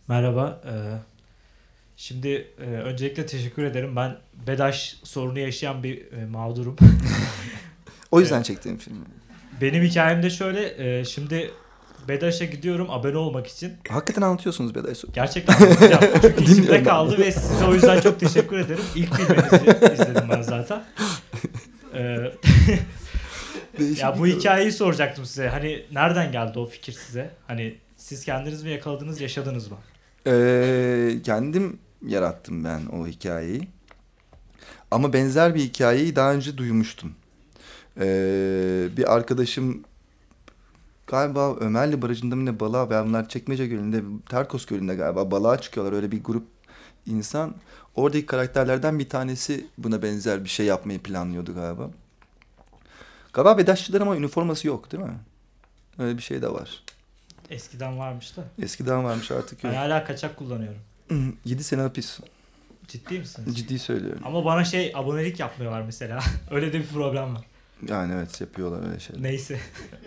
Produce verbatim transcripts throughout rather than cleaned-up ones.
Merhaba. Ee, şimdi e, öncelikle teşekkür ederim. Ben BEDAŞ sorunu yaşayan bir e, mağdurum. O yüzden Ee, çektiğim film. Benim hikayem de şöyle. E, şimdi BEDAŞ'a gidiyorum abone olmak için. Hakikaten anlatıyorsunuz Beday Su. Gerçekten anlatacağım. Çünkü içimde Dinliyorum ben kaldı de. ve size o yüzden çok teşekkür ederim. İlk filminizi izledim ben zaten. Ee, Değişik ya bir bu konu. hikayeyi soracaktım size. Hani nereden geldi o fikir size? Hani siz kendiniz mi yakaladınız, yaşadınız mı? Ee, kendim yarattım ben o hikayeyi. Ama benzer bir hikayeyi daha önce duymuştum. Ee, bir arkadaşım galiba Ömerli Barajı'nda mı ne balığa ve bunlar Çekmece Gölü'nde, Terkos Gölü'nde galiba balığa çıkıyorlar. Öyle bir grup insan. Oradaki karakterlerden bir tanesi buna benzer bir şey yapmayı planlıyordu galiba. Galiba Bedaşçılar ama üniforması yok değil mi? Öyle bir şey de var. Eskiden varmış da. Eskiden varmış artık Ben yok. hala kaçak kullanıyorum. Yedi sene hapis. Ciddi misiniz? Ciddi söylüyorum. Ama bana şey abonelik yapmıyorlar mesela. Öyle de bir problem var. Yani evet yapıyorlar öyle şeyler. Neyse.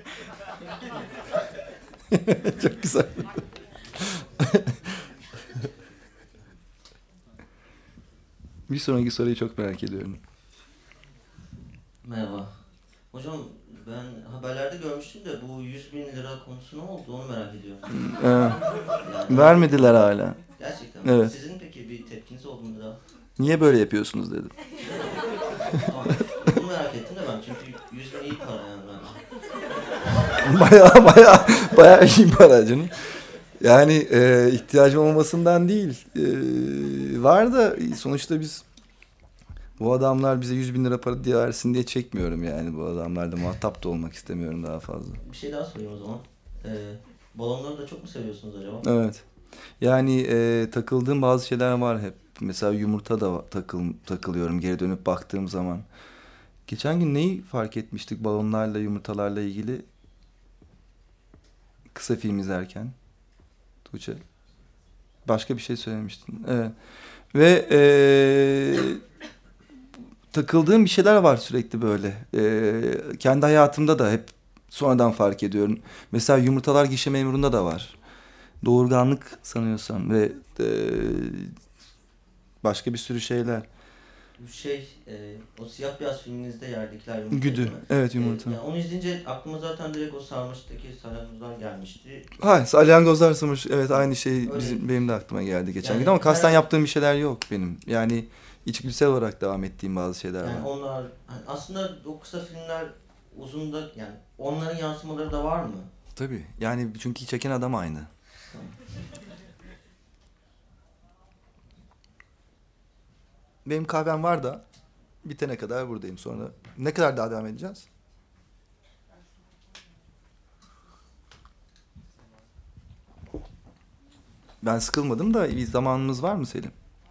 Çok güzel. Bir sonraki soruyu çok merak ediyorum. Merhaba. Hocam ben haberlerde görmüştüm de bu yüz bin lira konusu ne oldu onu merak ediyorum. Ee, Yani vermediler hala. gerçekten. Evet. Sizin peki bir tepkiniz oldu mu daha? Niye böyle yapıyorsunuz dedim. Tamam. Bunu merak ettim de ben çünkü yüz bin iyi para yani ben. Baya baya baya iyi para canım. Yani e, ihtiyacım olmasından değil. E, var da sonuçta biz bu adamlar bize yüz bin lira para diye versin diye çekmiyorum yani. Bu adamlarla muhatap da olmak istemiyorum daha fazla. Bir şey daha sorayım o zaman. Ee, balonları da çok mu seviyorsunuz acaba? Evet. Yani e, takıldığım bazı şeyler var hep. Mesela yumurta da va- takıl, takılıyorum geri dönüp baktığım zaman. Geçen gün neyi fark etmiştik balonlarla yumurtalarla ilgili kısa film izlerken? Tuğçe. Başka bir şey söylemiştin. Evet. Ve e, takıldığım bir şeyler var sürekli böyle. E, kendi hayatımda da hep sonradan fark ediyorum. Mesela yumurtalar gişe memurunda da var. Doğurganlık sanıyorsam ve e, başka bir sürü şeyler. Bu şey, e, o siyah beyaz filminizde yerdekiler yumurta Güdü. değil mi? Evet Ee, yumurta. yani onu izleyince aklıma zaten direkt o sarmaşıktaki salyangozlar gelmişti. Ha, salyangozlar sımış. Evet aynı şey Öyle. bizim benim de aklıma geldi geçen Yani gün ama kasten her- yaptığım bir şeyler yok benim. Yani içgüdüsel olarak devam ettiğim bazı şeyler Yani var. onlar hani aslında o kısa filmler uzun da yani onların yansımaları da var mı? Tabii. Yani çünkü çeken adam aynı. Tamam. Benim kahvem var da bitene kadar buradayım sonra. Ne kadar daha devam edeceğiz? Ben sıkılmadım da bir zamanımız var mı Selim?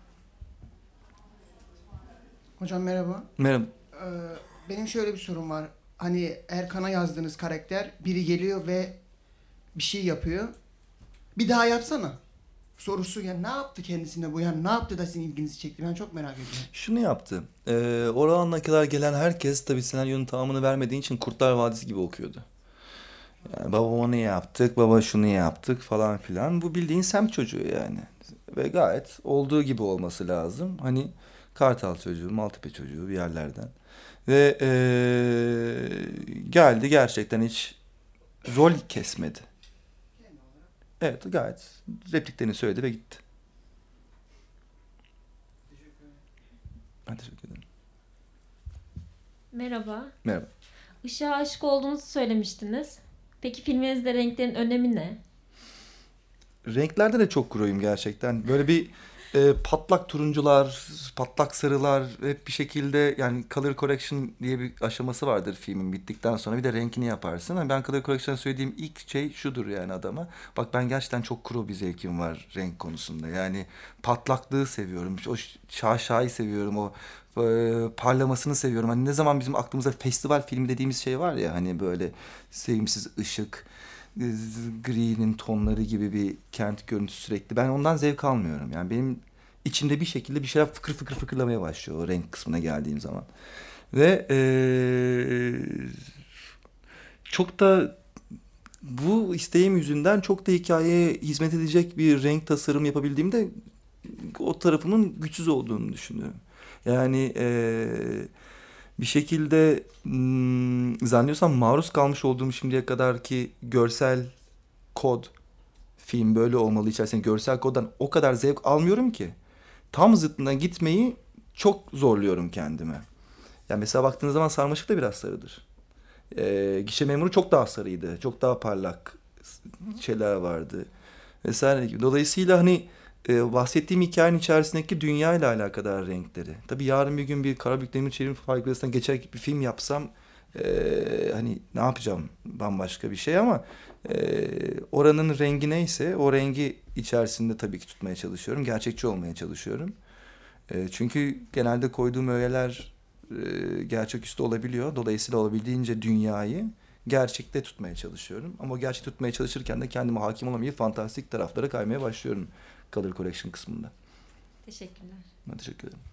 Hocam merhaba. Merhaba. Ee, benim şöyle bir sorum var. Hani Erkan'a yazdığınız karakter biri geliyor ve bir şey yapıyor. Bir daha yapsana. Sorusu ya ne yaptı kendisine bu yani ne yaptı da sizin ilginizi çekti ben çok merak ediyorum. Şunu yaptı. Ee, Orhan'a kadar gelen herkes tabii senaryonun tamamını vermediği için Kurtlar Vadisi gibi okuyordu. Yani baba onu yaptık, baba şunu yaptık falan filan. Bu bildiğin semt çocuğu yani. Ve gayet olduğu gibi olması lazım. Hani Kartal çocuğu, Maltepe çocuğu bir yerlerden. Ve ee, geldi gerçekten hiç rol kesmedi. Evet gayet repliklerini söyledi ve gitti. Ben teşekkür ederim. Merhaba. Merhaba. Işığa aşık olduğunuzu söylemiştiniz. Peki filminizde renklerin önemi ne? Renklerde de çok kuruyum gerçekten. Böyle bir e, patlak turuncular, patlak sarılar hep bir şekilde yani color correction diye bir aşaması vardır filmin bittikten sonra bir de renkini yaparsın. Hani ben color correction söylediğim ilk şey şudur yani adama. Bak ben gerçekten çok kuru bir zevkim var renk konusunda. Yani patlaklığı seviyorum. O şaşayı seviyorum. O e, parlamasını seviyorum. Hani ne zaman bizim aklımızda festival filmi dediğimiz şey var ya hani böyle sevimsiz ışık, gri'nin tonları gibi bir kent görüntüsü sürekli. Ben ondan zevk almıyorum. Yani benim içimde bir şekilde bir şeyler fıkır fıkır fıkırlamaya başlıyor o renk kısmına geldiğim zaman. Ve ee, çok da bu isteğim yüzünden çok da hikayeye hizmet edecek bir renk tasarım yapabildiğimde o tarafımın güçsüz olduğunu düşünüyorum. Yani eee, bir şekilde hmm, zannediyorsam maruz kalmış olduğum şimdiye kadarki görsel kod, film böyle olmalı içerisinde görsel koddan o kadar zevk almıyorum ki. Tam zıttına gitmeyi çok zorluyorum kendime. Yani mesela baktığınız zaman Sarmaşık da biraz sarıdır. Ee, Gişe Memuru çok daha sarıydı. Çok daha parlak şeyler vardı. Vesaire. Dolayısıyla hani e, bahsettiğim hikayenin içerisindeki dünya ile alakadar renkleri. Tabii yarın bir gün bir Karabük Demir Çelik'in fabrikasından geçer bir film yapsam e, hani ne yapacağım bambaşka bir şey ama e, oranın rengi neyse o rengi içerisinde tabii ki tutmaya çalışıyorum. Gerçekçi olmaya çalışıyorum. E, çünkü genelde koyduğum öğeler e, gerçeküstü olabiliyor. Dolayısıyla olabildiğince dünyayı gerçekte tutmaya çalışıyorum. Ama o gerçek tutmaya çalışırken de kendime hakim olamayıp fantastik taraflara kaymaya başlıyorum Color Correction kısmında. Teşekkürler. Ben teşekkür ederim.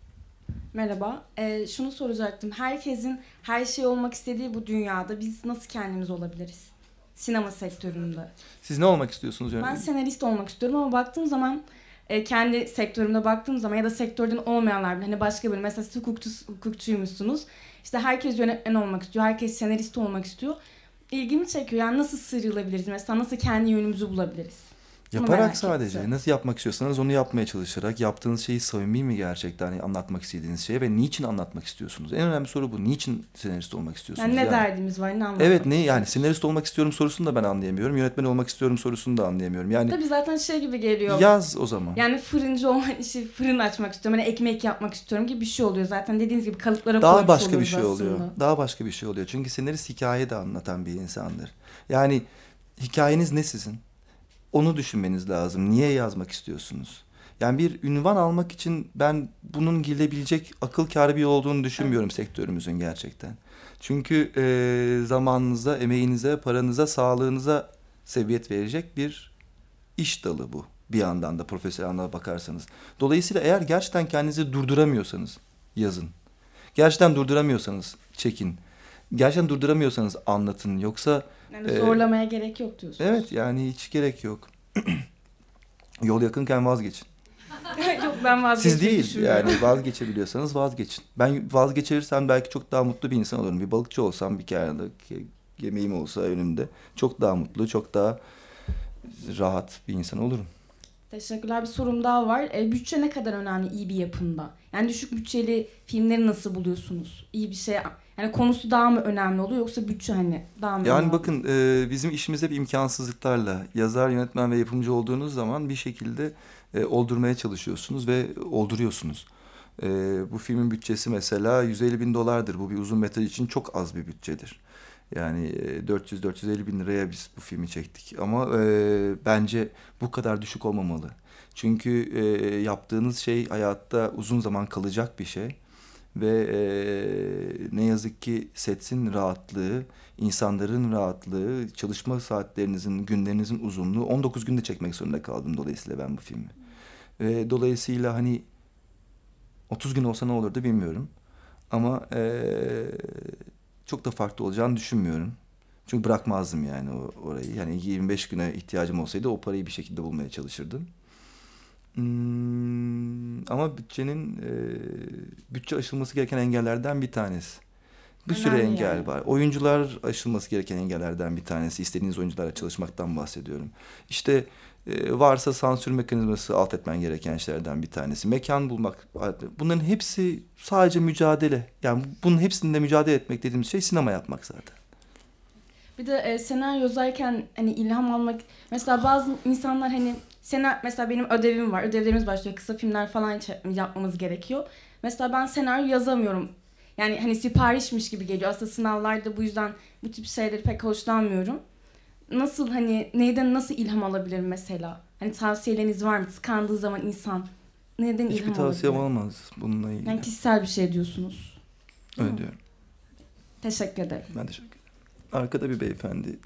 Merhaba. Ee, şunu soracaktım. Herkesin her şey olmak istediği bu dünyada biz nasıl kendimiz olabiliriz? Sinema sektöründe. Siz ne olmak istiyorsunuz? Ben Yani? senarist olmak istiyorum ama baktığım zaman e, kendi sektörümde baktığım zaman ya da sektörden olmayanlar bile hani başka bir mesela siz hukukçu, hukukçuymuşsunuz. İşte herkes yönetmen olmak istiyor. Herkes senarist olmak istiyor. İlgimi çekiyor. Yani nasıl sıyrılabiliriz? Mesela nasıl kendi yönümüzü bulabiliriz? Bunu merak Yaparak ettim. sadece. Nasıl yapmak istiyorsanız onu yapmaya çalışarak, yaptığınız şeyi samimi mi gerçekten hani anlatmak istediğiniz şeye ve niçin anlatmak istiyorsunuz? En önemli soru bu. Niçin senarist olmak istiyorsunuz? Yani ne derdimiz var? Ne anlatmak Evet, ne yani istiyoruz? senarist olmak istiyorum sorusunu da ben anlayamıyorum. Yönetmen olmak istiyorum sorusunu da anlayamıyorum. Yani Tabii zaten şey gibi geliyor. yaz o zaman. Yani fırıncı olmak, işte fırın açmak istiyorum, hani ekmek yapmak istiyorum gibi bir şey oluyor. Zaten dediğiniz gibi kalıplara Daha koymuş başka bir oluyoruz şey oluyor. aslında. Daha başka bir şey oluyor. Çünkü senarist hikaye de anlatan bir insandır. Yani hikayeniz ne sizin? Onu düşünmeniz lazım. Niye yazmak istiyorsunuz? Yani bir ünvan almak için ben bunun gidilebilecek akıl kârı bir yol olduğunu düşünmüyorum sektörümüzün gerçekten. Çünkü e, zamanınıza, emeğinize, paranıza, sağlığınıza sebebiyet verecek bir iş dalı bu. Bir yandan da profesyonel anlamda bakarsanız. Dolayısıyla eğer gerçekten kendinizi durduramıyorsanız yazın. Gerçekten durduramıyorsanız çekin. Gerçekten durduramıyorsanız anlatın. Yoksa Yani Ee, zorlamaya gerek yok diyorsunuz. evet yani hiç gerek yok. Yol yakınken vazgeçin. Yok ben Siz vazgeçmeyi değil düşünmüyorum. yani vazgeçebiliyorsanız vazgeçin. Ben vazgeçirirsem belki çok daha mutlu bir insan olurum. Bir balıkçı olsam bir kenarda ke- yemeğim olsa önümde çok daha mutlu, çok daha rahat bir insan olurum. Teşekkürler. Bir sorum daha var. E, bütçe ne kadar önemli iyi bir yapımda? Yani düşük bütçeli filmleri nasıl buluyorsunuz? İyi bir şey, yani konusu daha mı önemli oluyor yoksa bütçe hani daha mı Yani önemli? bakın e, bizim işimiz hep imkansızlıklarla. Yazar, yönetmen ve yapımcı olduğunuz zaman bir şekilde e, oldurmaya çalışıyorsunuz ve olduruyorsunuz. E, bu filmin bütçesi mesela yüz elli bin dolardır. Bu bir uzun metraj için çok az bir bütçedir. Yani e, dört yüz dört yüz elli bin liraya biz bu filmi çektik. Ama e, bence bu kadar düşük olmamalı. Çünkü e, yaptığınız şey hayatta uzun zaman kalacak bir şey. Ve e, ne yazık ki setsin rahatlığı, insanların rahatlığı, çalışma saatlerinizin, günlerinizin uzunluğu on dokuz günde çekmek zorunda kaldım dolayısıyla ben bu filmi. Ve dolayısıyla hani otuz gün olsa ne olurdu bilmiyorum. Ama e, çok da farklı olacağını düşünmüyorum. Çünkü bırakmazdım yani o, orayı. Yani yirmi beş güne ihtiyacım olsaydı o parayı bir şekilde bulmaya çalışırdım. Hmm, ama bütçenin e, bütçe aşılması gereken engellerden bir tanesi. Bir sürü Önemli engel yani. var. Oyuncular aşılması gereken engellerden bir tanesi. İstediğiniz oyuncularla çalışmaktan bahsediyorum. İşte e, varsa sansür mekanizması alt etmen gereken şeylerden bir tanesi. Mekan bulmak. Bunların hepsi sadece mücadele. Yani bunun hepsinde mücadele etmek dediğimiz şey sinema yapmak zaten. Bir de e, senaryo yazarken hani ilham almak, mesela bazı insanlar hani senaryo, mesela benim ödevim var, ödevlerimiz başlıyor, kısa filmler falan çe- yapmamız gerekiyor. Mesela ben senaryo yazamıyorum. Yani hani siparişmiş gibi geliyor. Aslında sınavlarda bu yüzden bu tip şeyleri pek hoşlanmıyorum. Nasıl hani neyden nasıl ilham alabilirim mesela? Hani tavsiyeleriniz var mı? Tıkandığı zaman insan neden Hiçbir ilham tavsiyem alabilir? olmaz bununla ilgili. Yani kişisel bir şey diyorsunuz. Öyle Hı. diyorum. Teşekkür ederim. Ben teşekkür ederim. Arkada bir beyefendi.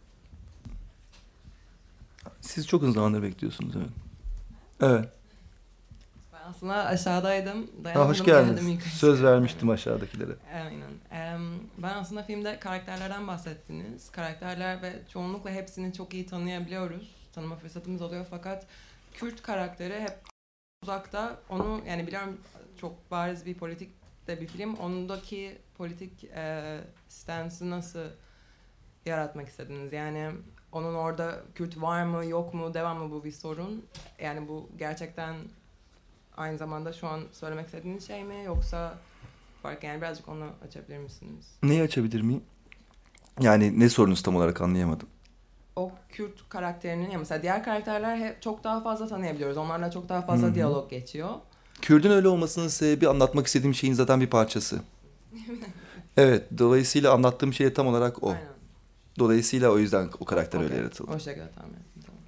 Siz çok uzun zamandır bekliyorsunuz evet. Evet. Ben aslında aşağıdaydım. Ha, Dayanamadım, hoş geldim geldiniz. yukarı. Söz vermiştim aşağıdakilere. Aynen. Em, Ben aslında filmde karakterlerden bahsettiniz. Karakterler ve çoğunlukla hepsini çok iyi tanıyabiliyoruz. Tanıma fırsatımız oluyor fakat Kürt karakteri hep uzakta. Onu yani biliyorum çok bariz bir politik de bir film. Ondaki politik e, stance'ı nasıl yaratmak istediniz? Yani onun orada Kürt var mı yok mu devam mı bu bir sorun? Yani bu gerçekten aynı zamanda şu an söylemek istediğiniz şey mi yoksa fark yani birazcık onu açabilir misiniz? Neyi açabilir miyim? Yani ne sorunuz tam olarak anlayamadım. O Kürt karakterinin ya mesela diğer karakterler hep çok daha fazla tanıyabiliyoruz. Onlarla çok daha fazla Hı hı. diyalog geçiyor. Kürt'ün öyle olmasının sebebi anlatmak istediğim şeyin zaten bir parçası. Evet, dolayısıyla anlattığım şey tam olarak o. Aynen. Dolayısıyla o yüzden o karakter öyle Okey. yaratıldı. O şekilde tahmin ettim. Tamam.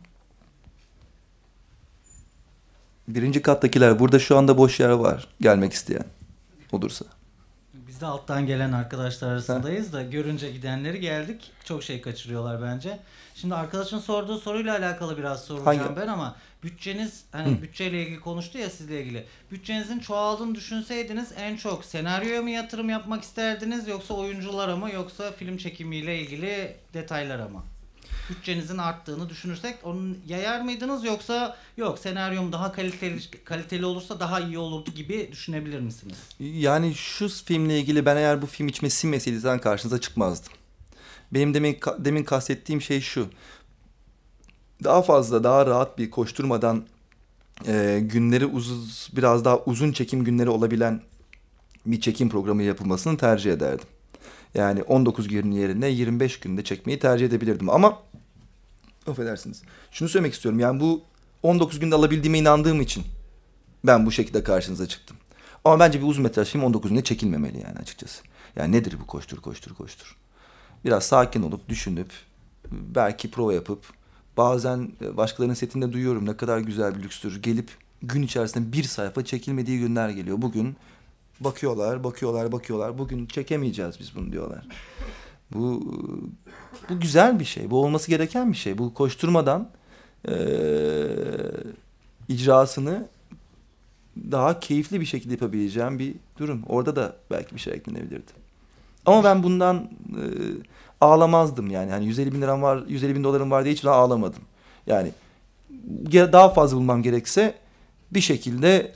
Birinci kattakiler, burada şu anda boş yer var gelmek isteyen olursa. Biz de alttan gelen arkadaşlar arasındayız da görünce gidenleri geldik. Çok şey kaçırıyorlar bence. Şimdi arkadaşın sorduğu soruyla alakalı biraz soracağım Hangi? ben ama bütçeniz hani Hı. bütçeyle ilgili konuştu ya sizle ilgili. Bütçenizin çoğaldığını düşünseydiniz en çok senaryoya mı yatırım yapmak isterdiniz yoksa oyunculara mı yoksa film çekimiyle ilgili detaylara mı? Bütçenizin arttığını düşünürsek onu yayar mıydınız yoksa yok senaryom daha kaliteli kaliteli olursa daha iyi olurdu gibi düşünebilir misiniz? Yani şu filmle ilgili ben eğer bu film içime sinmeseydi zaten karşınıza çıkmazdım. Benim demin, demin kastettiğim şey şu. Daha fazla, daha rahat bir koşturmadan e, günleri uz, biraz daha uzun çekim günleri olabilen bir çekim programı yapılmasını tercih ederdim. Yani on dokuz gün yerine yirmi beş günde çekmeyi tercih edebilirdim ama affedersiniz. Şunu söylemek istiyorum. Yani bu on dokuz günde alabildiğime inandığım için ben bu şekilde karşınıza çıktım. Ama bence bir uzun metraj film on dokuz günde çekilmemeli yani açıkçası. Yani nedir bu koştur koştur koştur. Biraz sakin olup düşünüp belki prova yapıp bazen başkalarının setinde duyuyorum ne kadar güzel bir lükstür. Gelip gün içerisinde bir sayfa çekilmediği günler geliyor. Bugün bakıyorlar, bakıyorlar, bakıyorlar. Bugün çekemeyeceğiz biz bunu diyorlar. Bu bu güzel bir şey. Bu olması gereken bir şey. Bu koşturmadan e, icrasını daha keyifli bir şekilde yapabileceğim bir durum. Orada da belki bir şey eklenebilirdi. Ama ben bundan e, ağlamazdım yani. Hani yüz elli bin liram var, yüz elli bin dolarım var diye hiç daha ağlamadım. Yani daha fazla bulmam gerekse bir şekilde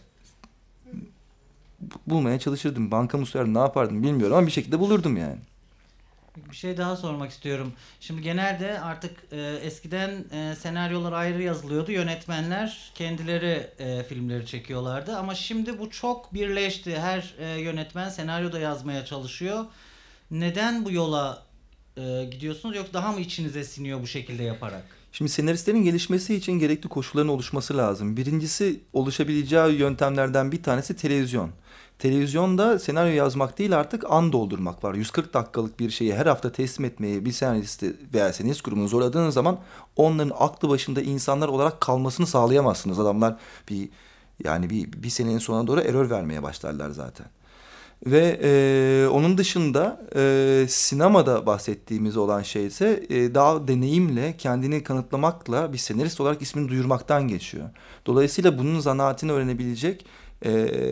bulmaya çalışırdım. Banka mı soyardım, ne yapardım bilmiyorum ama bir şekilde bulurdum yani. Bir şey daha sormak istiyorum. Şimdi genelde artık e, eskiden e, senaryolar ayrı yazılıyordu. Yönetmenler kendileri e, filmleri çekiyorlardı. Ama şimdi bu çok birleşti. Her e, yönetmen senaryo da yazmaya çalışıyor. Neden bu yola e, gidiyorsunuz? Yoksa daha mı içinize siniyor bu şekilde yaparak? Şimdi senaristlerin gelişmesi için gerekli koşulların oluşması lazım. Birincisi oluşabileceği yöntemlerden bir tanesi televizyon. Televizyonda senaryo yazmak değil artık an doldurmak var. yüz kırk dakikalık bir şeyi her hafta teslim etmeyi bir senaristi veya senarist grubunu zorladığınız zaman onların aklı başında insanlar olarak kalmasını sağlayamazsınız. Adamlar bir yani bir, bir senenin sonuna doğru error vermeye başlarlar zaten. Ve e, onun dışında e, sinemada bahsettiğimiz olan şey ise e, daha deneyimle kendini kanıtlamakla bir senarist olarak ismini duyurmaktan geçiyor. Dolayısıyla bunun zanaatini öğrenebilecek e,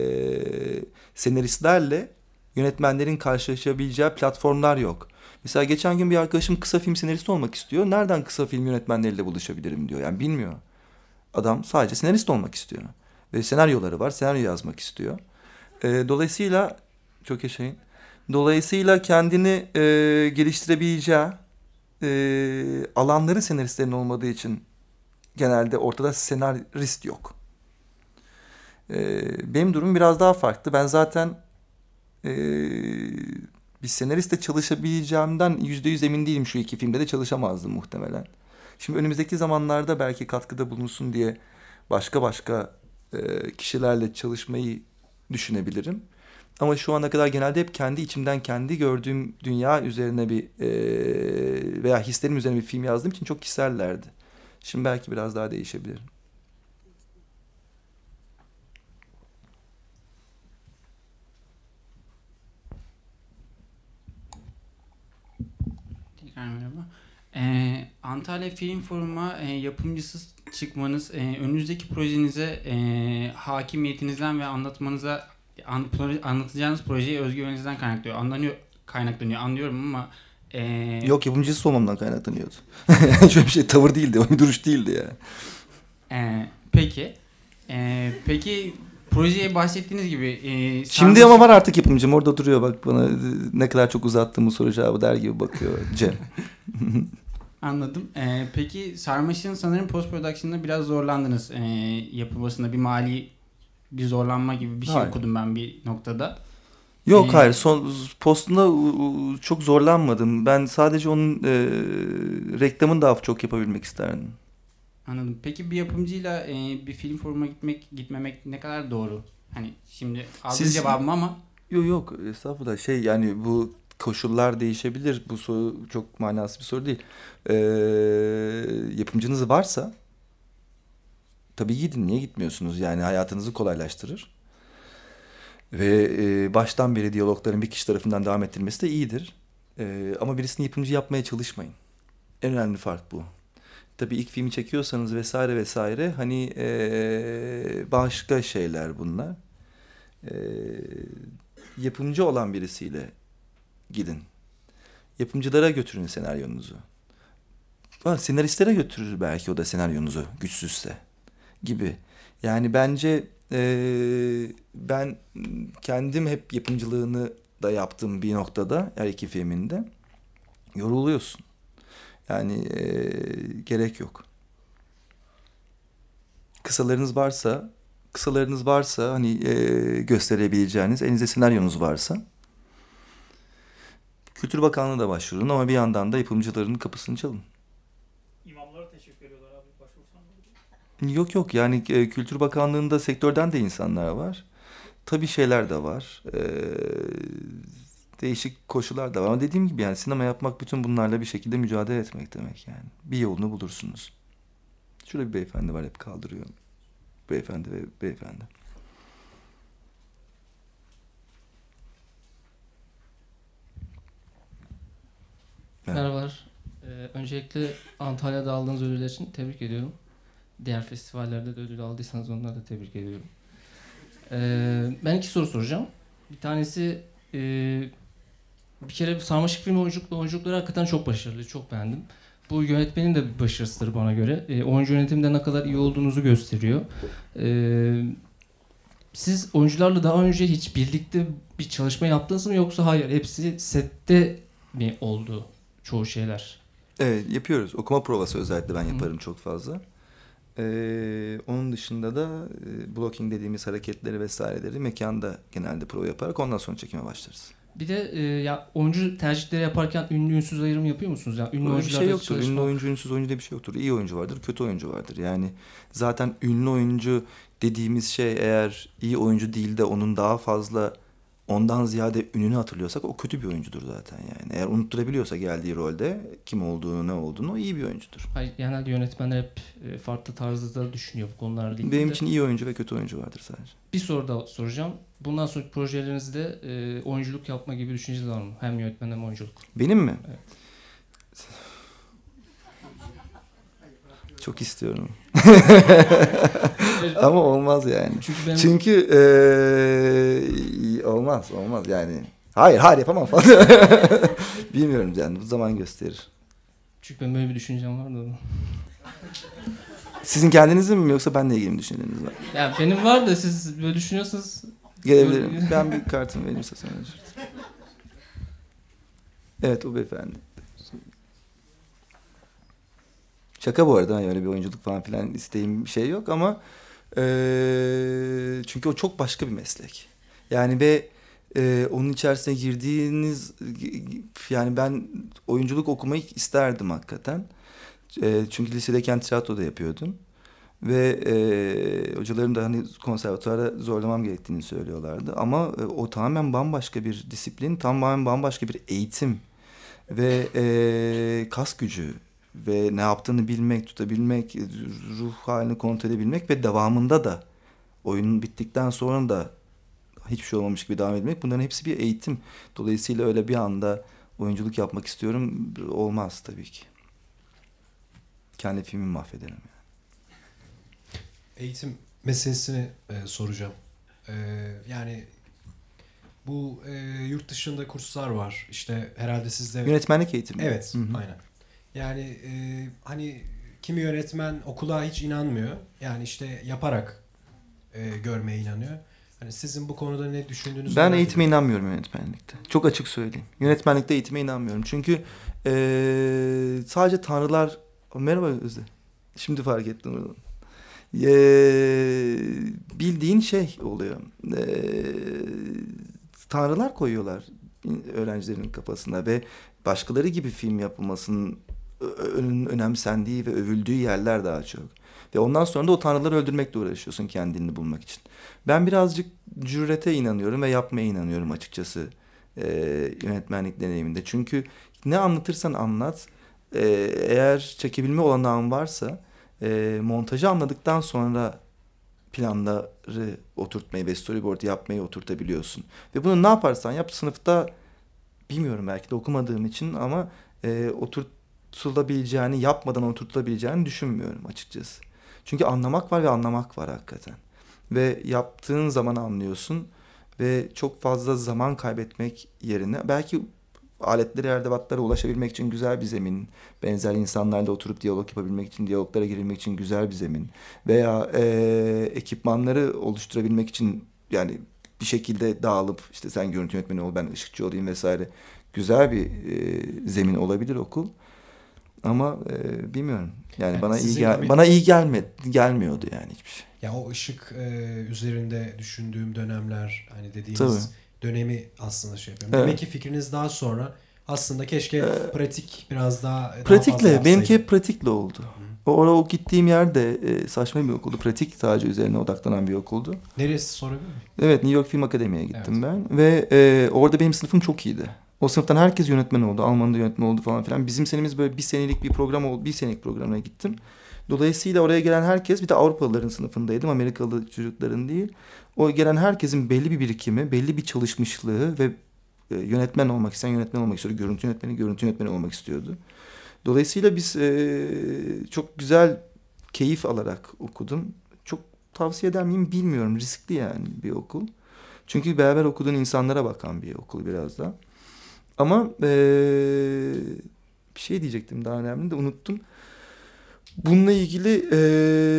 senaristlerle yönetmenlerin karşılaşabileceği platformlar yok. Mesela geçen gün bir arkadaşım kısa film senaristi olmak istiyor. Nereden kısa film yönetmenleriyle buluşabilirim diyor. Yani bilmiyor. Adam sadece senarist olmak istiyor. Ve senaryoları var. Senaryo yazmak istiyor. E, dolayısıyla çok yaşayın. Dolayısıyla kendini e, geliştirebileceği e, alanları senaristlerin olmadığı için genelde ortada senarist yok. E, benim durumum biraz daha farklı. Ben zaten e, bir senaristle çalışabileceğimden yüzde yüz emin değilim. Şu iki filmde de çalışamazdım muhtemelen. Şimdi önümüzdeki zamanlarda belki katkıda bulunsun diye başka başka e, kişilerle çalışmayı düşünebilirim. Ama şu ana kadar genelde hep kendi içimden kendi gördüğüm dünya üzerine bir e, veya hislerim üzerine bir film yazdığım için çok kişisellerdi. Şimdi belki biraz daha değişebilirim. Tekrar merhaba. Ee, Antalya Film Forum'a e, yapımcısı çıkmanız e, önünüzdeki projenize e, hakimiyetinizden ve anlatmanıza an, proje, anlatacağınız projeye özgüveninizden kaynaklanıyor. Anlanıyor, kaynaklanıyor anlıyorum ama e, Yok, yapımcısı olmamdan kaynaklanıyordu. Şöyle bir şey, tavır değildi, o bir duruş değildi ya. e, peki e, peki projeye bahsettiğiniz gibi e, Şimdi sarmaşık- ama var artık yapımcım, orada duruyor bak, bana ne kadar çok uzattığımı soru cevabı der gibi bakıyor Cem. Anladım. Ee, peki Sarmaşık'ın sanırım post production'da biraz zorlandınız. Ee, yapılmasında bir mali bir zorlanma gibi bir şey Hayır. okudum ben bir noktada. Yok Ee, hayır, son postunda u- u- çok zorlanmadım. Ben sadece onun e, reklamını daha çok yapabilmek isterdim. Anladım. Peki bir yapımcıyla e, bir film forumuna gitmek gitmemek ne kadar doğru? Hani şimdi aldım Siz- cevabımı ama Yok yok, estağfurullah, şey yani bu koşullar değişebilir. Bu soru çok manasız bir soru değil. Ee, yapımcınız varsa tabii gidin, niye gitmiyorsunuz? Yani hayatınızı kolaylaştırır. Ve e, baştan beri diyalogların bir kişi tarafından devam ettirilmesi de iyidir. E, ama birisini yapımcı yapmaya çalışmayın. En önemli fark bu. Tabii ilk filmi çekiyorsanız vesaire vesaire hani e, başka şeyler bunlar. E, yapımcı olan birisiyle gidin. Yapımcılara götürün senaryonuzu. Ha, senaristlere götürür belki o da senaryonuzu güçsüzse gibi. Yani bence e, ben kendim hep yapımcılığını da yaptım bir noktada her iki filminde. Yoruluyorsun. Yani e, gerek yok. Kısalarınız varsa, kısalarınız varsa hani e, gösterebileceğiniz, elinizde senaryonuz varsa Kültür Bakanlığı'na da başvurun ama bir yandan da yapımcıların kapısını çalın. İmamlara teşekkür ediyorlar abi. Başvursan mı? Yok yok, yani e, Kültür Bakanlığı'nda sektörden de insanlar var. Tabii şeyler de var. E, değişik koşullar da var. Ama dediğim gibi yani sinema yapmak bütün bunlarla bir şekilde mücadele etmek demek yani. Bir yolunu bulursunuz. Şurada bir beyefendi var, hep kaldırıyor. Beyefendi ve beyefendi. Evet. Merhabalar. Ee, öncelikle Antalya'da aldığınız ödüller için tebrik ediyorum. Diğer festivallerde de ödül aldıysanız onları da tebrik ediyorum. Ee, ben iki soru soracağım. Bir tanesi e, bir kere Sarmaşık filmi oyunculukları, oyunculukları hakikaten çok başarılı, çok beğendim. Bu yönetmenin de bir başarısıdır bana göre. E, oyuncu yönetiminde ne kadar iyi olduğunuzu gösteriyor. E, siz oyuncularla daha önce hiç birlikte bir çalışma yaptınız mı yoksa hayır hepsi sette mi oldu çoğu şeyler? Evet, yapıyoruz. Okuma provası özellikle ben yaparım Hı. çok fazla. Ee, onun dışında da e, blocking dediğimiz hareketleri vesaireleri mekanda genelde prova yaparak ondan sonra çekime başlarız. Bir de e, ya oyuncu tercihleri yaparken ünlü ünsüz ayrımı yapıyor musunuz? Yani ünlü Öyle bir oyuncularla şey yoktur. çalışmak- Ünlü oyuncu, ünsüz oyuncu diye bir şey yoktur. İyi oyuncu vardır, kötü oyuncu vardır. Yani zaten ünlü oyuncu dediğimiz şey eğer iyi oyuncu değil de onun daha fazla ondan ziyade ününü hatırlıyorsak o kötü bir oyuncudur zaten yani. Eğer unutturabiliyorsa geldiği rolde kim olduğunu, ne olduğunu o iyi bir oyuncudur. Hayır, genelde yönetmenler hep e, farklı tarzda düşünüyor bu konularla ilgili. Benim de. için iyi oyuncu ve kötü oyuncu vardır sadece. Bir soru daha soracağım. Bundan sonraki projelerinizde e, oyunculuk yapma gibi düşünceniz var mı? Hem yönetmen hem oyunculuk. Benim mi? Evet. Çok istiyorum. Ama olmaz yani. Çünkü ben Çünkü eee, olmaz, olmaz yani. Hayır, hayır yapamam falan. Bilmiyorum yani, bu zaman gösterir. çünkü benim böyle bir düşüncem vardı. Sizin kendinizin mi yoksa benle ilgili mi düşünceleriniz var? Ya benim var da siz böyle düşünüyorsanız Gelebilirim. Böyle- Ben bir kartımı vereyim size sonra. Evet, o beyefendi. Şaka bu arada, hani öyle bir oyunculuk falan filan isteğim bir şey yok ama eee, çünkü o çok başka bir meslek. Yani ve eee, onun içerisine girdiğiniz yani ben oyunculuk okumayı isterdim hakikaten. Eee, çünkü lisedeyken tiyatroda yapıyordum. Ve eee hocalarım da hani konservatuara zorlamam gerektiğini söylüyorlardı. Ama e, o tamamen bambaşka bir disiplin, tamamen bambaşka bir eğitim ve eee, kas gücü ve ne yaptığını bilmek, tutabilmek, ruh halini kontrol edebilmek ve devamında da oyunun bittikten sonra da hiçbir şey olmamış gibi devam etmek, bunların hepsi bir eğitim. Dolayısıyla öyle bir anda oyunculuk yapmak istiyorum olmaz tabii ki. kendi filmimi mahvederim. Yani. Eğitim meselesini e, soracağım. E, yani bu e, yurt dışında kurslar var. İşte herhalde sizde... Yönetmenlik eğitimi. Evet, Hı-hı. aynen. Yani e, hani kimi yönetmen okula hiç inanmıyor. Yani işte yaparak e, görmeye inanıyor. Hani sizin bu konuda ne düşündüğünüzü... Ben eğitime ediyorum. inanmıyorum yönetmenlikte. Çok açık söyleyeyim. Yönetmenlikte eğitime inanmıyorum. Çünkü e, sadece tanrılar... Merhaba Özde. Şimdi fark ettim onu. E, bildiğin şey oluyor. E, tanrılar koyuyorlar öğrencilerin kafasına ve başkaları gibi film yapılmasının önemsendiği ve övüldüğü yerler daha çok. Ve ondan sonra da o tanrıları öldürmekle uğraşıyorsun kendini bulmak için. Ben birazcık cürete inanıyorum ve yapmaya inanıyorum açıkçası e, yönetmenlik deneyiminde. Çünkü ne anlatırsan anlat, e, eğer çekebilme olanağın varsa e, montajı anladıktan sonra planları oturtmayı ve storyboard yapmayı oturtabiliyorsun. Ve bunu ne yaparsan yap sınıfta, bilmiyorum belki de okumadığım için ama e, oturtulabileceğini, yapmadan oturtulabileceğini düşünmüyorum açıkçası. Çünkü anlamak var ve anlamak var hakikaten. Ve yaptığın zaman anlıyorsun ve çok fazla zaman kaybetmek yerine belki aletlere, erdevatlara ulaşabilmek için güzel bir zemin, benzer insanlarla oturup diyalog yapabilmek için, diyaloglara girilmek için güzel bir zemin veya e, ekipmanları oluşturabilmek için, yani bir şekilde dağılıp işte sen görüntü yönetmeni ol, ben ışıkçı olayım vesaire, güzel bir e, zemin olabilir okul. Ama e, bilmiyorum. Yani, yani bana iyi gel- gibi... bana iyi gelme gelmiyordu yani hiçbir şey. Ya o ışık e, üzerinde düşündüğüm dönemler, hani dediğimiz Tabii. dönemi aslında şey yapıyorum. Evet. Demek ki fikriniz daha sonra aslında keşke ee, pratik biraz daha pratikle daha benimki hep pratikle oldu. Hı. O, o gittiğim yer de e, saçma bir okuldu. Pratik sadece üzerine odaklanan bir okuldu. Neresi sorabilir miyim? Evet, New York Film Akademi'ye gittim evet. ben ve e, orada benim sınıfım çok iyiydi. O sınıftan herkes yönetmen oldu. Alman'da yönetmen oldu falan filan. Bizim senemiz böyle bir senelik bir program oldu. Bir senelik programına gittim. Dolayısıyla oraya gelen herkes, bir de Avrupalıların sınıfındaydım. Amerikalı çocukların değil. O gelen herkesin belli bir birikimi, belli bir çalışmışlığı ve e, yönetmen olmak isteyen yönetmen olmak istiyordu. Görüntü yönetmeni, görüntü yönetmeni olmak istiyordu. Dolayısıyla biz e, çok güzel keyif alarak okudum. Çok tavsiye eder miyim bilmiyorum. Riskli yani bir okul. Çünkü beraber okuduğun insanlara bakan bir okul biraz da. Ama e, bir şey diyecektim daha önemli de unuttum. Bununla ilgili e,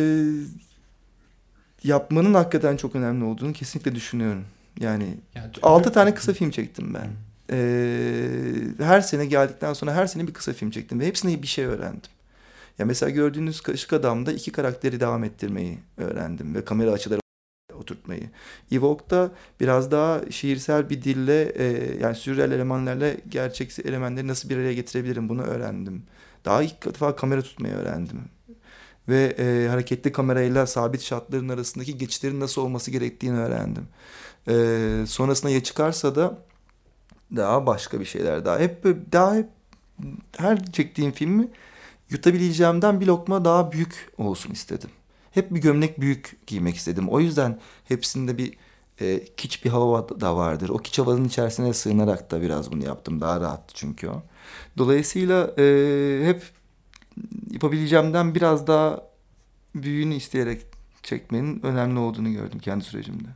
yapmanın hakikaten çok önemli olduğunu kesinlikle düşünüyorum. Yani, yani altı tane kısa film çektim ben. E, her sene geldikten sonra her sene bir kısa film çektim ve hepsine bir şey öğrendim. Ya mesela gördüğünüz Kaşık Adam'da iki karakteri devam ettirmeyi öğrendim ve kamera açıları oturtmayı. Evoke'da biraz daha şiirsel bir dille e, yani sürreal elemanlarla gerçek elementleri nasıl bir araya getirebilirim bunu öğrendim. Daha ilk defa kamera tutmayı öğrendim. Ve e, hareketli kamerayla sabit şartların arasındaki geçişlerin nasıl olması gerektiğini öğrendim. E, sonrasında ya çıkarsa da daha başka bir şeyler daha. Hep daha hep her çektiğim filmi yutabileceğimden bir lokma daha büyük olsun istedim. Hep bir gömlek büyük giymek istedim. O yüzden hepsinde bir e, kiç bir hava da vardır. O kiç havanın içerisine sığınarak da biraz bunu yaptım. Daha rahat çünkü o. Dolayısıyla e, hep yapabileceğimden biraz daha büyüğünü isteyerek çekmenin önemli olduğunu gördüm kendi sürecimde.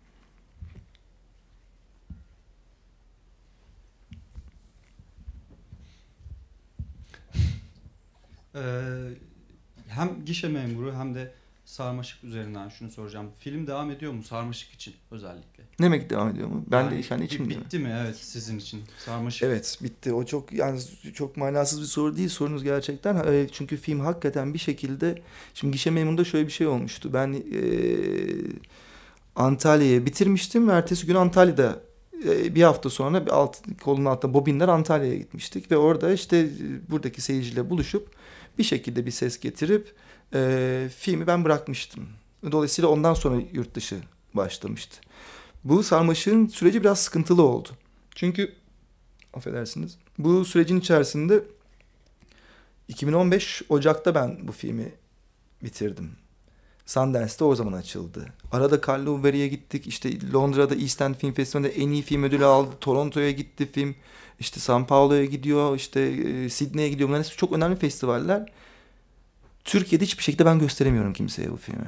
Ee, hem gişe memuru hem de Sarmaşık üzerinden şunu soracağım. Film devam ediyor mu Sarmaşık için özellikle? Ne demek devam ediyor mu? Ben yani, de yani içim bitti mi? mi? Evet, sizin için Sarmaşık. Evet, bitti. O çok yani çok manasız bir soru değil. Sorunuz gerçekten. Çünkü film hakikaten bir şekilde, şimdi gişe memurunda şöyle bir şey olmuştu. Ben e, Antalya'ya bitirmiştim ve ertesi gün Antalya'da e, bir hafta sonra bir alt, kolun altında bobinler Antalya'ya gitmiştik ve orada işte buradaki seyirciyle buluşup bir şekilde bir ses getirip e, filmi ben bırakmıştım. Dolayısıyla ondan sonra yurt dışı başlamıştı. Bu Sarmaşık'ın süreci biraz sıkıntılı oldu. Çünkü affedersiniz, bu sürecin içerisinde iki bin on beş Ocak'ta ben bu filmi bitirdim. Sundance'de o zaman açıldı. Arada Karlovari'ye gittik. İşte Londra'da East End Film Festivali'nde en iyi film ödülü aldı. Toronto'ya gitti film. İşte São Paulo'ya gidiyor. İşte e, Sydney'e gidiyor. Bunlar çok önemli festivaller. Türkiye'de hiçbir şekilde ben gösteremiyorum kimseye bu filmi.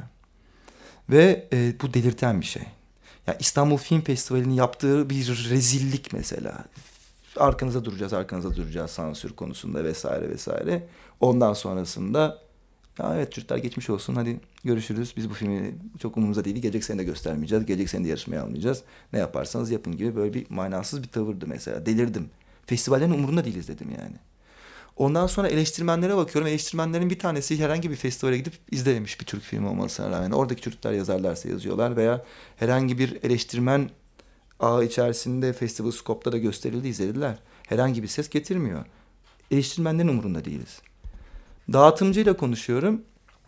Ve e, bu delirten bir şey. Ya İstanbul Film Festivali'nin yaptığı bir rezillik mesela. Arkanıza duracağız, arkanıza duracağız sansür konusunda vesaire vesaire. Ondan sonrasında ya evet Türkler geçmiş olsun, hadi görüşürüz. Biz bu filmi çok umurumuzda değil. Gelecek sene de göstermeyeceğiz. Gelecek sene de yarışmaya almayacağız. Ne yaparsanız yapın gibi böyle bir manasız bir tavırdı mesela. Delirdim. Festivallerin umurunda değiliz dedim yani. Ondan sonra eleştirmenlere bakıyorum. Eleştirmenlerin bir tanesi herhangi bir festivale gidip izlememiş bir Türk filmi olmasına rağmen. Oradaki çocuklar yazarlarsa yazıyorlar veya herhangi bir eleştirmen ağı içerisinde Festival Scope'da da gösterildi, izlediler. Herhangi bir ses getirmiyor. Eleştirmenlerin umurunda değiliz. Dağıtımcıyla konuşuyorum.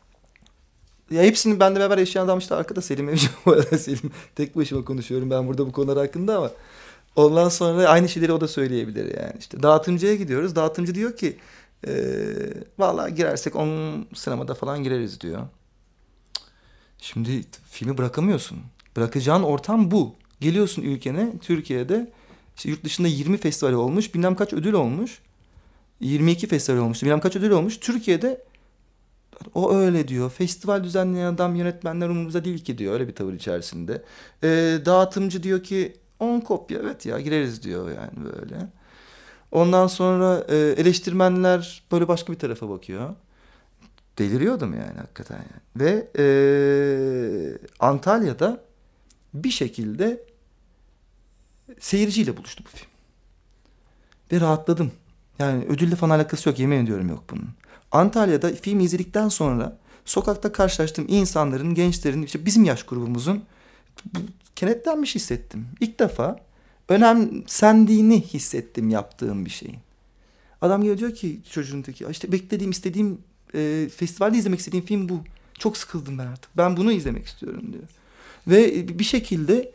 Ya hepsini benimle beraber yaşayan adam işte arkada Selim Evci. Bu arada Selim tek başıma konuşuyorum ben burada bu konular hakkında ama ondan sonra aynı şeyleri o da söyleyebilir yani. İşte dağıtımcıya gidiyoruz. Dağıtımcı diyor ki e, vallahi girersek on sinemada falan gireriz diyor. Şimdi filmi bırakamıyorsun. Bırakacağın ortam bu. Geliyorsun ülkene, Türkiye'de işte yurt dışında yirmi festival olmuş, bilmem kaç ödül olmuş. yirmi iki festival olmuş, bilmem kaç ödül olmuş. Türkiye'de o öyle diyor. Festival düzenleyen adam, yönetmenler umurumuzda değil ki diyor. Öyle bir tavır içerisinde. E, dağıtımcı diyor ki on kopya evet ya gireriz diyor yani böyle. Ondan sonra e, eleştirmenler böyle başka bir tarafa bakıyor. Deliriyordum yani hakikaten yani. Ve e, Antalya'da bir şekilde seyirciyle buluştu bu film. Ve rahatladım. Yani ödülle falan alakası yok, yemin ediyorum yok bunun. Antalya'da film izledikten sonra sokakta karşılaştığım insanların, gençlerin, işte bizim yaş grubumuzun kenetlenmiş hissettim. İlk defa önemsendiğini hissettim yaptığım bir şeyin. Adam geliyor diyor ki çocuğun teki, işte beklediğim, istediğim, e, festivalde izlemek istediğim film bu. Çok sıkıldım ben artık. Ben bunu izlemek istiyorum diyor. Ve bir şekilde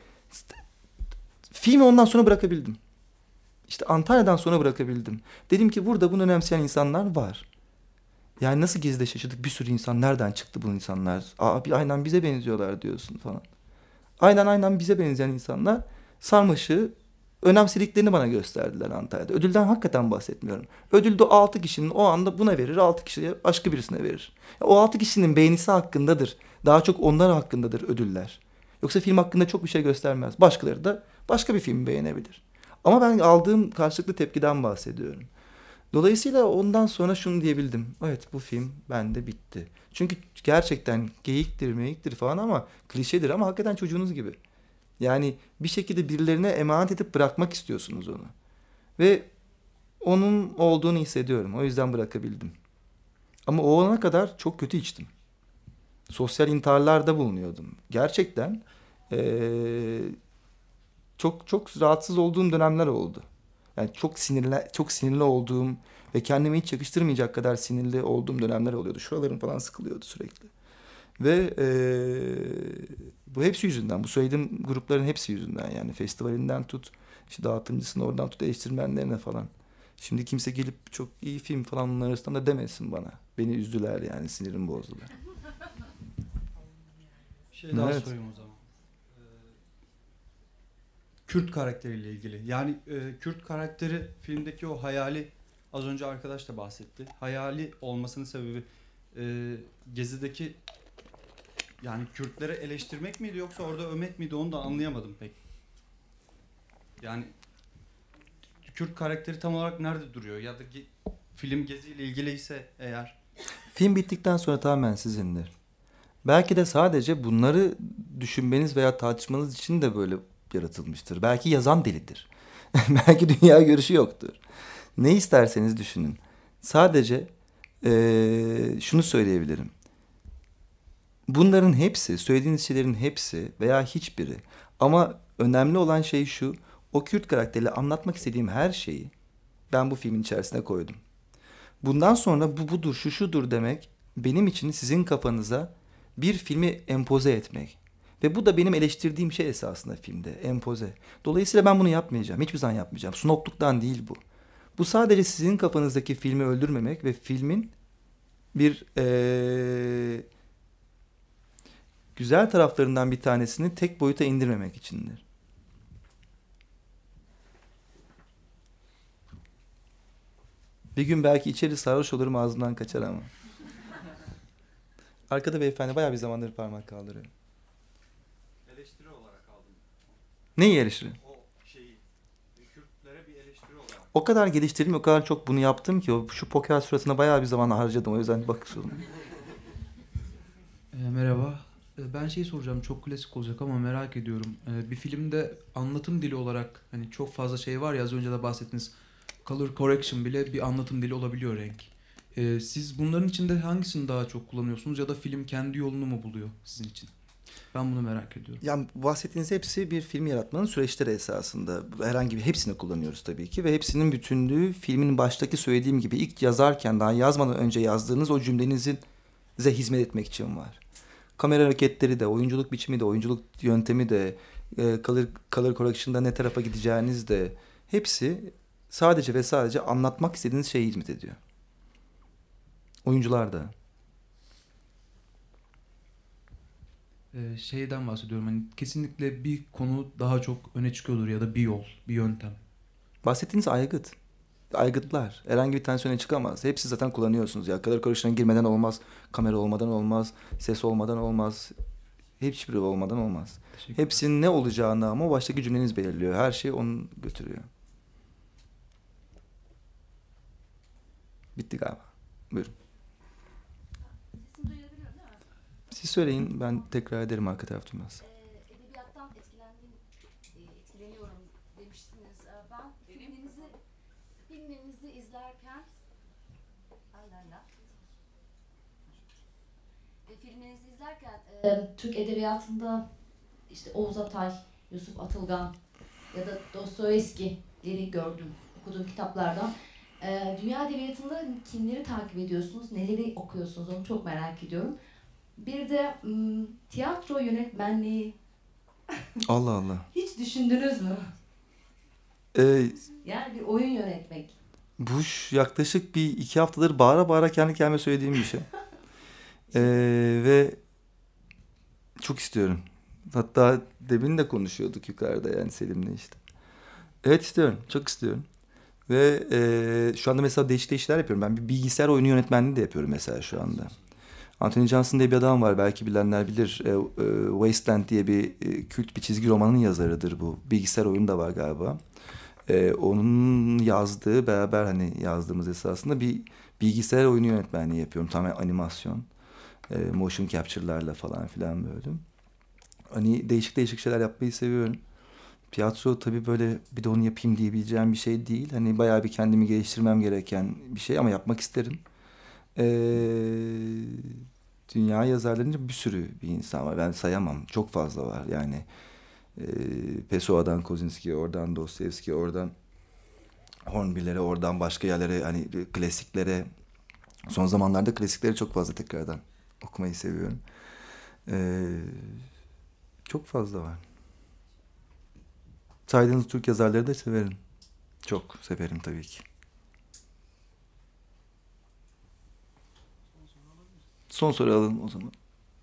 filmi ondan sonra bırakabildim. İşte Antalya'dan sonra bırakabildim. Dedim ki burada bunu önemseyen insanlar var. Yani nasıl gezide şaşırdık, bir sürü insan, nereden çıktı bu insanlar? Aa, bir aynen bize benziyorlar diyorsun falan. Aynen aynen bize benzeyen insanlar Sarmaşık'ı önemsediklerini bana gösterdiler Antalya'da. Ödülden hakikaten bahsetmiyorum. Ödül de altı kişinin o anda buna verir, altı kişiye başka birisine verir. O altı kişinin beğenisi hakkındadır. Daha çok onlar hakkındadır ödüller. Yoksa film hakkında çok bir şey göstermez. Başkaları da başka bir filmi beğenebilir. Ama ben aldığım karşılıklı tepkiden bahsediyorum. Dolayısıyla ondan sonra şunu diyebildim. Evet bu film bende bitti. Çünkü gerçekten geyiktir, meyiktir falan ama klişedir ama hakikaten çocuğunuz gibi. Yani bir şekilde birilerine emanet edip bırakmak istiyorsunuz onu. Ve onun olduğunu hissediyorum. O yüzden bırakabildim. Ama o olana kadar çok kötü içtim. Sosyal intiharlarda bulunuyordum. Gerçekten ee, çok çok rahatsız olduğum dönemler oldu. Yani çok sinirli, çok sinirli olduğum ve kendime hiç yakıştırmayacak kadar sinirli olduğum dönemler oluyordu. Şuralarım falan sıkılıyordu sürekli. Ve e, bu hepsi yüzünden. Bu söylediğim grupların hepsi yüzünden. Yani festivalinden tut, işte dağıtımcısına oradan tut, eleştirmenlerine falan. Şimdi kimse gelip çok iyi film falan bunların arasında da demesin bana. Beni üzdüler yani, sinirimi bozdular. Bir şey daha Evet. sorayım o zaman. Ee, Kürt karakteriyle ilgili. Yani e, Kürt karakteri filmdeki o hayali, az önce arkadaş da bahsetti. Hayali olmasının sebebi e, Gezi'deki yani Kürtleri eleştirmek miydi yoksa orada övmek miydi, onu da anlayamadım pek. Yani Kürt karakteri tam olarak nerede duruyor ya da ge- film Gezi ile ilgili ise eğer. Film bittikten sonra tamamen sizindir. Belki de sadece bunları düşünmeniz veya tartışmanız için de böyle yaratılmıştır. Belki yazan delidir. Belki dünya görüşü yoktur. Ne isterseniz düşünün. Sadece ee, şunu söyleyebilirim. Bunların hepsi, söylediğiniz şeylerin hepsi veya hiçbiri. Ama önemli olan şey şu, o Kürt karakteriyle anlatmak istediğim her şeyi ben bu filmin içerisine koydum. Bundan sonra bu budur, şu şudur demek benim için sizin kafanıza bir filmi empoze etmek. Ve bu da benim eleştirdiğim şey esasında filmde, empoze. Dolayısıyla ben bunu yapmayacağım, hiçbir zaman yapmayacağım. Snobluktan değil bu. Bu sadece sizin kafanızdaki filmi öldürmemek ve filmin bir ee, güzel taraflarından bir tanesini tek boyuta indirmemek içindir. Bir gün belki içeri sarhoş olurum, ağzımdan kaçar ama. Arkada beyefendi bayağı bir zamandır parmak kaldırıyor. Eleştiri olarak aldım. Neyi eleştiri? O şeyi, Kürtlere bir eleştiri olarak. O kadar geliştirdim, o kadar çok bunu yaptım ki o şu poker sırasında bayağı bir zaman harcadım. O yüzden bakıyorum. E, merhaba. E, ben şey soracağım, çok klasik olacak ama merak ediyorum. E, bir filmde anlatım dili olarak hani çok fazla şey var ya, az önce de bahsettiniz. Color correction bile bir anlatım dili olabiliyor, renk. E, siz bunların içinde hangisini daha çok kullanıyorsunuz ya da film kendi yolunu mu buluyor sizin için? Ben bunu merak ediyorum. Yani bahsettiğiniz hepsi bir film yaratmanın süreçleri esasında. Herhangi bir hepsini kullanıyoruz tabii ki ve hepsinin bütünlüğü filmin baştaki söylediğim gibi ilk yazarken, daha yazmadan önce yazdığınız o cümlenizin size hizmet etmek için var. Kamera hareketleri de, oyunculuk biçimi de, oyunculuk yöntemi de, e, color, color correction'da ne tarafa gideceğiniz de hepsi sadece ve sadece anlatmak istediğiniz şeye hizmet ediyor. Oyuncular da. Ee, şeyden bahsediyorum, hani kesinlikle bir konu daha çok öne çıkıyordur ya da bir yol, bir yöntem. Bahsettiğiniz aygıt. Aygıtlar. Herhangi bir tanesi öne çıkamaz. Hepsi zaten kullanıyorsunuz ya. Color correction'a girmeden olmaz. Kamera olmadan olmaz. Ses olmadan olmaz. Hiçbiri olmadan olmaz. Hepsinin ne olacağını ama baştaki cümleniz belirliyor. Her şey onu götürüyor. Bitti galiba. Buyurun. Siz söyleyin, ben tekrar ederim, arka taraf duymaz. Ee, edebiyattan etkilendim, e, etkileniyorum demiştiniz. Ee, ben filmlerinizi, filmlerinizi izlerken aylarla e, filmlerinizi izlerken e, Türk edebiyatında işte Oğuz Atay, Yusuf Atılgan ya da Dostoyevski'leri gördüm okuduğum kitaplardan. E, dünya edebiyatında kimleri takip ediyorsunuz, neleri okuyorsunuz, onu çok merak ediyorum. Bir de m, tiyatro yönetmenliği. Allah Allah. Hiç düşündünüz mü? Ee, Yani bir oyun yönetmek. bu ş- yaklaşık bir iki haftadır bağıra bağıra kendi kendime söylediğim bir şey. Ee, ve çok istiyorum. Hatta demin de konuşuyorduk yukarıda, yani Selim'le işte. Evet, istiyorum. Çok istiyorum. Ve e, şu anda mesela değişik değişik şeyler yapıyorum. Ben bir bilgisayar oyunu yönetmenliği de yapıyorum mesela şu anda. Anthony Johnson diye bir adam var, belki bilenler bilir. E, e, Wasteland diye bir e, kült bir çizgi romanın yazarıdır bu. Bilgisayar oyunu da var galiba. E, onun yazdığı, beraber hani yazdığımız esasında bir bilgisayar oyunu yönetmenliği yapıyorum. Tamamen animasyon. E, motion capture'larla falan filan böyle. Hani değişik değişik şeyler yapmayı seviyorum. Tiyatro tabii böyle bir de onu yapayım diyebileceğim bir şey değil. Hani bayağı bir kendimi geliştirmem gereken bir şey ama yapmak isterim. Ee, dünya yazarlarınca bir sürü bir insan var. Ben sayamam. Çok fazla var. Yani e, Pessoa'dan Kozinski'ye, oradan Dostoyevski'ye, oradan Hornbyl'lere, oradan başka yerlere, hani klasiklere. Son zamanlarda klasikleri çok fazla tekrardan okumayı seviyorum. Ee, çok fazla var. Saydığınız Türk yazarları da severim. Çok severim tabii ki. Son soru alalım o zaman.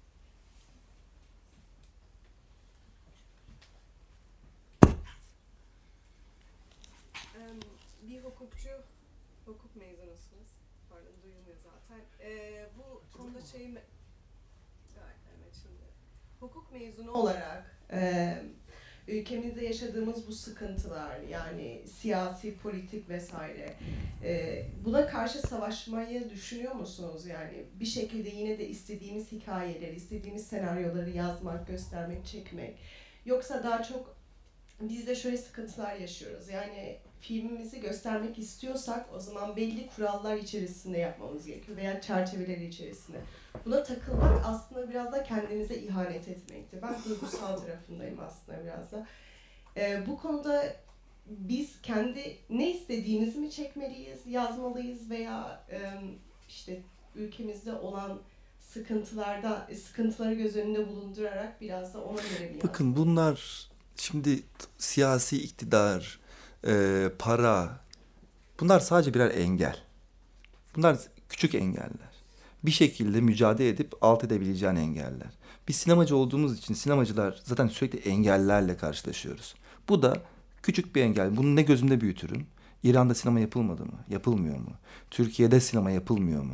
Bir hukukçu, hukuk mezunusunuz. Pardon, duyulmuyor zaten. Ee, bu konuda şey mi... Evet, şimdi. Hukuk mezunu olarak e, ülkemizde yaşadığımız bu sıkıntılar, yani siyasi, politik vesaire, e, buna karşı savaşmayı düşünüyor musunuz? Yani bir şekilde yine de istediğimiz hikayeleri, istediğimiz senaryoları yazmak, göstermek, çekmek. Yoksa daha çok biz de şöyle sıkıntılar yaşıyoruz. Yani filmimizi göstermek istiyorsak o zaman belli kurallar içerisinde yapmamız gerekiyor veya çerçeveleri içerisinde. Buna takılmak aslında biraz da kendimize ihanet etmektir. Ben duygusal tarafındayım aslında biraz da. Ee, bu konuda biz kendi ne istediğimizi mi çekmeliyiz, yazmalıyız veya e, işte ülkemizde olan sıkıntılarda sıkıntıları göz önünde bulundurarak biraz da ona göre bir yazmalıyız. Bakın bunlar şimdi siyasi iktidar, e, para, bunlar sadece birer engel. Bunlar küçük engeller. Bir şekilde mücadele edip alt edebileceğin engeller. Biz sinemacı olduğumuz için sinemacılar zaten sürekli engellerle karşılaşıyoruz. Bu da küçük bir engel. Bunu ne gözümde büyütürüm? İran'da sinema yapılmadı mı? Yapılmıyor mu? Türkiye'de sinema yapılmıyor mu?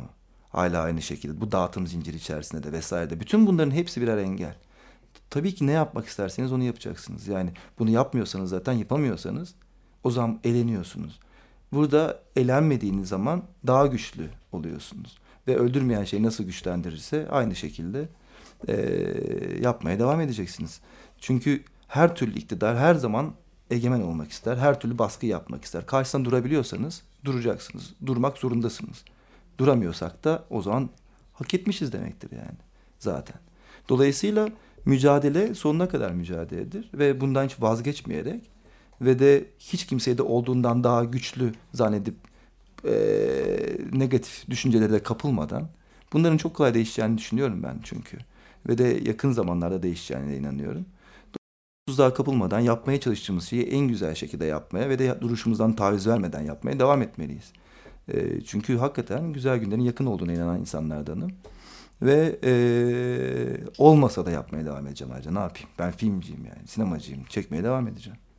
hala aynı şekilde. Bu dağıtım zinciri içerisinde de vesaire de. Bütün bunların hepsi birer engel. Tabii ki ne yapmak isterseniz onu yapacaksınız. Yani bunu yapmıyorsanız zaten yapamıyorsanız o zaman eleniyorsunuz. Burada elenmediğiniz zaman daha güçlü oluyorsunuz. Ve öldürmeyen şey nasıl güçlendirirse aynı şekilde e, yapmaya devam edeceksiniz. Çünkü her türlü iktidar her zaman egemen olmak ister. Her türlü baskı yapmak ister. Karşısında durabiliyorsanız duracaksınız. Durmak zorundasınız. Duramıyorsak da o zaman hak etmişiz demektir yani zaten. Dolayısıyla mücadele sonuna kadar mücadeledir ve bundan hiç vazgeçmeyerek ve de hiç kimseyi de olduğundan daha güçlü zannedip e, negatif düşüncelere de kapılmadan bunların çok kolay değişeceğini düşünüyorum ben çünkü. Ve de yakın zamanlarda değişeceğine inanıyorum. Tuzağa kapılmadan yapmaya çalıştığımız şeyi en güzel şekilde yapmaya ve de duruşumuzdan taviz vermeden yapmaya devam etmeliyiz. E, çünkü hakikaten güzel günlerin yakın olduğuna inanan insanlardanım. Ve e, olmasa da yapmaya devam edeceğim ayrıca. Ne yapayım? Ben filmciyim yani. Sinemacıyım. Çekmeye devam edeceğim.